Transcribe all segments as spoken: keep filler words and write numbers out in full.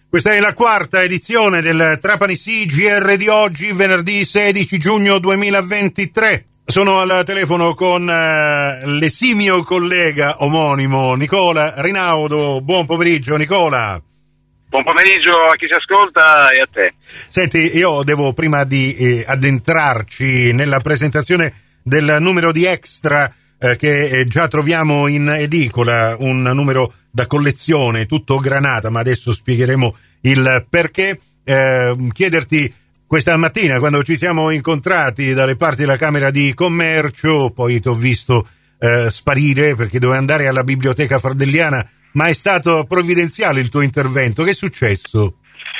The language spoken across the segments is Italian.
Questa è la quarta edizione del Trapani Sì G R di oggi, venerdì sedici giugno duemilaventitré. Sono al telefono con uh, l'esimio collega omonimo Nicola Rinaudo. Buon pomeriggio, Nicola. Buon pomeriggio a chi ci ascolta e a te. Senti, io devo, prima di eh, addentrarci nella presentazione del numero di Extra eh, che eh, già troviamo in edicola, un numero da collezione, tutto granata, ma adesso spiegheremo il perché, eh, chiederti questa mattina, quando ci siamo incontrati dalle parti della Camera di Commercio, poi ti ho visto eh, sparire perché dovevo andare alla Biblioteca Fardelliana, ma è stato provvidenziale il tuo intervento. Che è successo?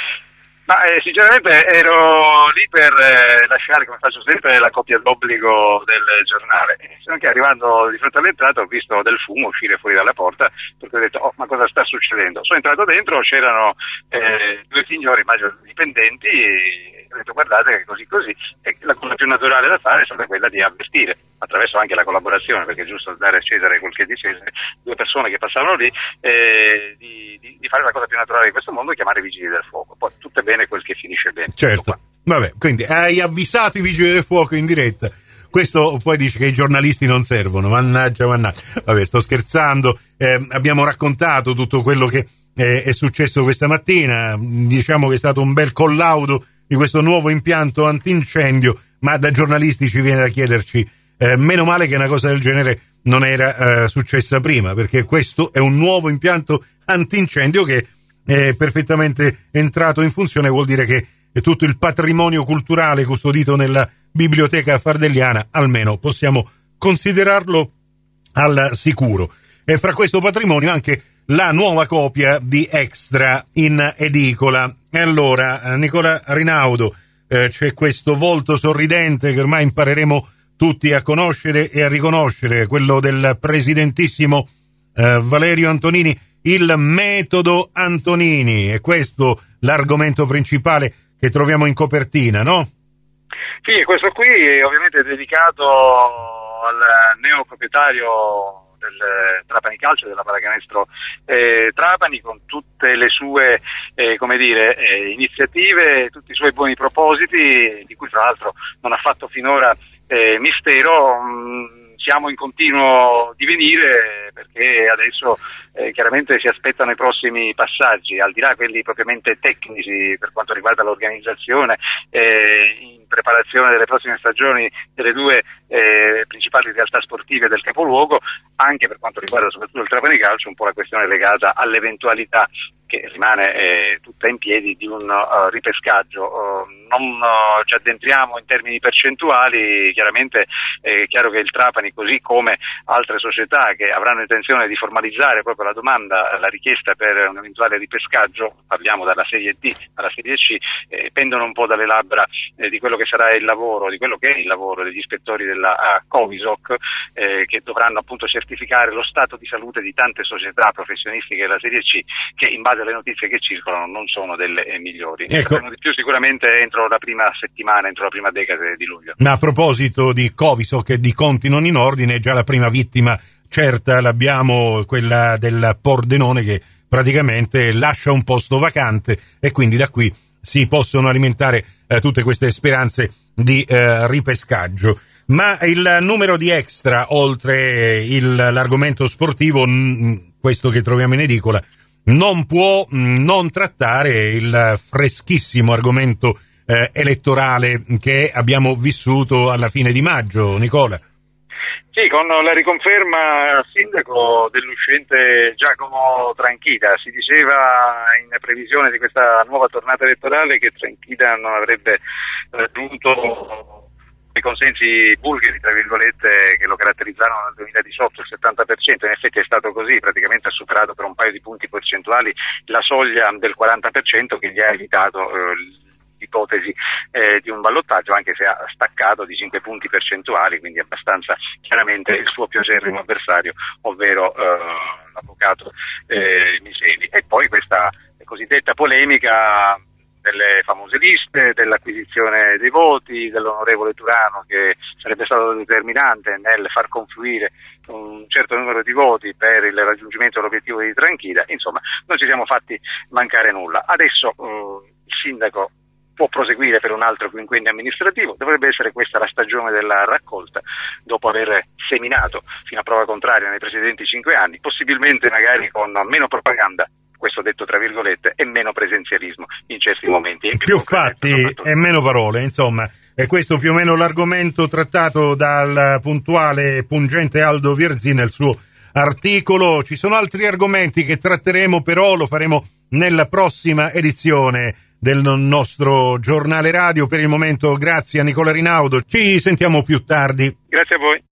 Ma eh, sinceramente ero lì per eh, lasciare, come faccio sempre, la copia d'obbligo del giornale. Se non che arrivando di fronte all'entrata ho visto del fumo uscire fuori dalla porta, perché ho detto, oh, ma cosa sta succedendo? Sono entrato dentro, c'erano eh, due signori, immagino dipendenti, e ho detto, guardate che così così, e la cosa più naturale da fare è stata quella di avvertire, attraverso anche la collaborazione, perché è giusto dare a Cesare quel che è di Cesare, due persone che passavano lì, eh, di, di, di fare la cosa più naturale di questo mondo, chiamare i vigili del fuoco. Poi tutto è bene quel che finisce bene. Certo, vabbè, quindi hai avvisato i vigili del fuoco in diretta. Questo poi dice che i giornalisti non servono, mannaggia, mannaggia. Vabbè, sto scherzando, eh, abbiamo raccontato tutto quello che eh, è successo questa mattina, diciamo che è stato un bel collaudo di questo nuovo impianto antincendio, ma da giornalisti ci viene da chiederci, eh, meno male che una cosa del genere non era eh, successa prima, perché questo è un nuovo impianto antincendio che è perfettamente entrato in funzione, vuol dire che è tutto il patrimonio culturale custodito nella Biblioteca Fardelliana, almeno possiamo considerarlo al sicuro. E fra questo patrimonio anche la nuova copia di Extra in edicola. E allora, Nicola Rinaudo, eh, c'è questo volto sorridente che ormai impareremo tutti a conoscere e a riconoscere, quello del presidentissimo eh, Valerio Antonini, il metodo Antonini. È questo l'argomento principale che troviamo in copertina, no? Sì, e questo qui è ovviamente dedicato al neoproprietario del Trapani Calcio, della pallacanestro eh, Trapani, con tutte le sue eh, come dire eh, iniziative, tutti i suoi buoni propositi, di cui tra l'altro non ha fatto finora eh, mistero. Mh, siamo in continuo divenire, perché adesso eh, chiaramente si aspettano i prossimi passaggi, al di là quelli propriamente tecnici per quanto riguarda l'organizzazione, eh, in preparazione delle prossime stagioni delle due eh, principali realtà sportive del capoluogo, anche per quanto riguarda soprattutto il Trapani Calcio, un po' la questione legata all'eventualità, che rimane eh, tutta in piedi, di un uh, ripescaggio. Uh, non uh, ci addentriamo in termini percentuali, chiaramente è chiaro che il Trapani, così come altre società che avranno intenzione di formalizzare proprio la domanda, la richiesta per un eventuale ripescaggio, parliamo dalla Serie D alla Serie C, eh, pendono un po' dalle labbra eh, di quello che sarà il lavoro, di quello che è il lavoro degli ispettori della uh, Covisoc, eh, che dovranno appunto certificare lo stato di salute di tante società professionistiche della Serie C, che in base alle notizie che circolano non sono delle eh, migliori. Ecco. Sapremo di più sicuramente entro la prima settimana, entro la prima decade di luglio. Ma a proposito di Covisoc e di conti non in ordine, già la prima vittima certa l'abbiamo, quella del Pordenone, che praticamente lascia un posto vacante, e quindi da qui si possono alimentare eh, tutte queste speranze di eh, ripescaggio. Ma il numero di Extra, oltre il, l'argomento sportivo, mh, questo che troviamo in edicola, non può mh, non trattare il freschissimo argomento eh, elettorale che abbiamo vissuto alla fine di maggio, Nicola. Sì, con la riconferma sindaco dell'uscente Giacomo Tranchida. Si diceva in previsione di questa nuova tornata elettorale che Tranchida non avrebbe raggiunto i consensi bulgari, tra virgolette, che lo caratterizzarono nel duemiladiciotto, il settanta per cento. In effetti è stato così, praticamente ha superato per un paio di punti percentuali la soglia del quaranta per cento, che gli ha evitato eh, l'ipotesi eh, di un ballottaggio, anche se ha staccato di cinque punti percentuali, quindi abbastanza chiaramente il suo più acerrimo avversario, ovvero eh, l'avvocato eh, Miseli. E poi questa cosiddetta polemica delle famose liste, dell'acquisizione dei voti, dell'onorevole Turano che sarebbe stato determinante nel far confluire un certo numero di voti per il raggiungimento dell'obiettivo di Tranchida. Insomma, non ci siamo fatti mancare nulla. Adesso eh, il sindaco può proseguire per un altro quinquennio amministrativo, dovrebbe essere questa la stagione della raccolta, dopo aver seminato fino a prova contraria nei precedenti cinque anni, possibilmente magari con meno propaganda, questo detto tra virgolette, e meno presenzialismo in certi momenti. E più, più fatti e meno parole, insomma. E questo più o meno l'argomento trattato dal puntuale e pungente Aldo Vierzì nel suo articolo. Ci sono altri argomenti che tratteremo, però lo faremo nella prossima edizione del nostro giornale radio. Per il momento grazie a Nicola Rinaudo, ci sentiamo più tardi. Grazie a voi.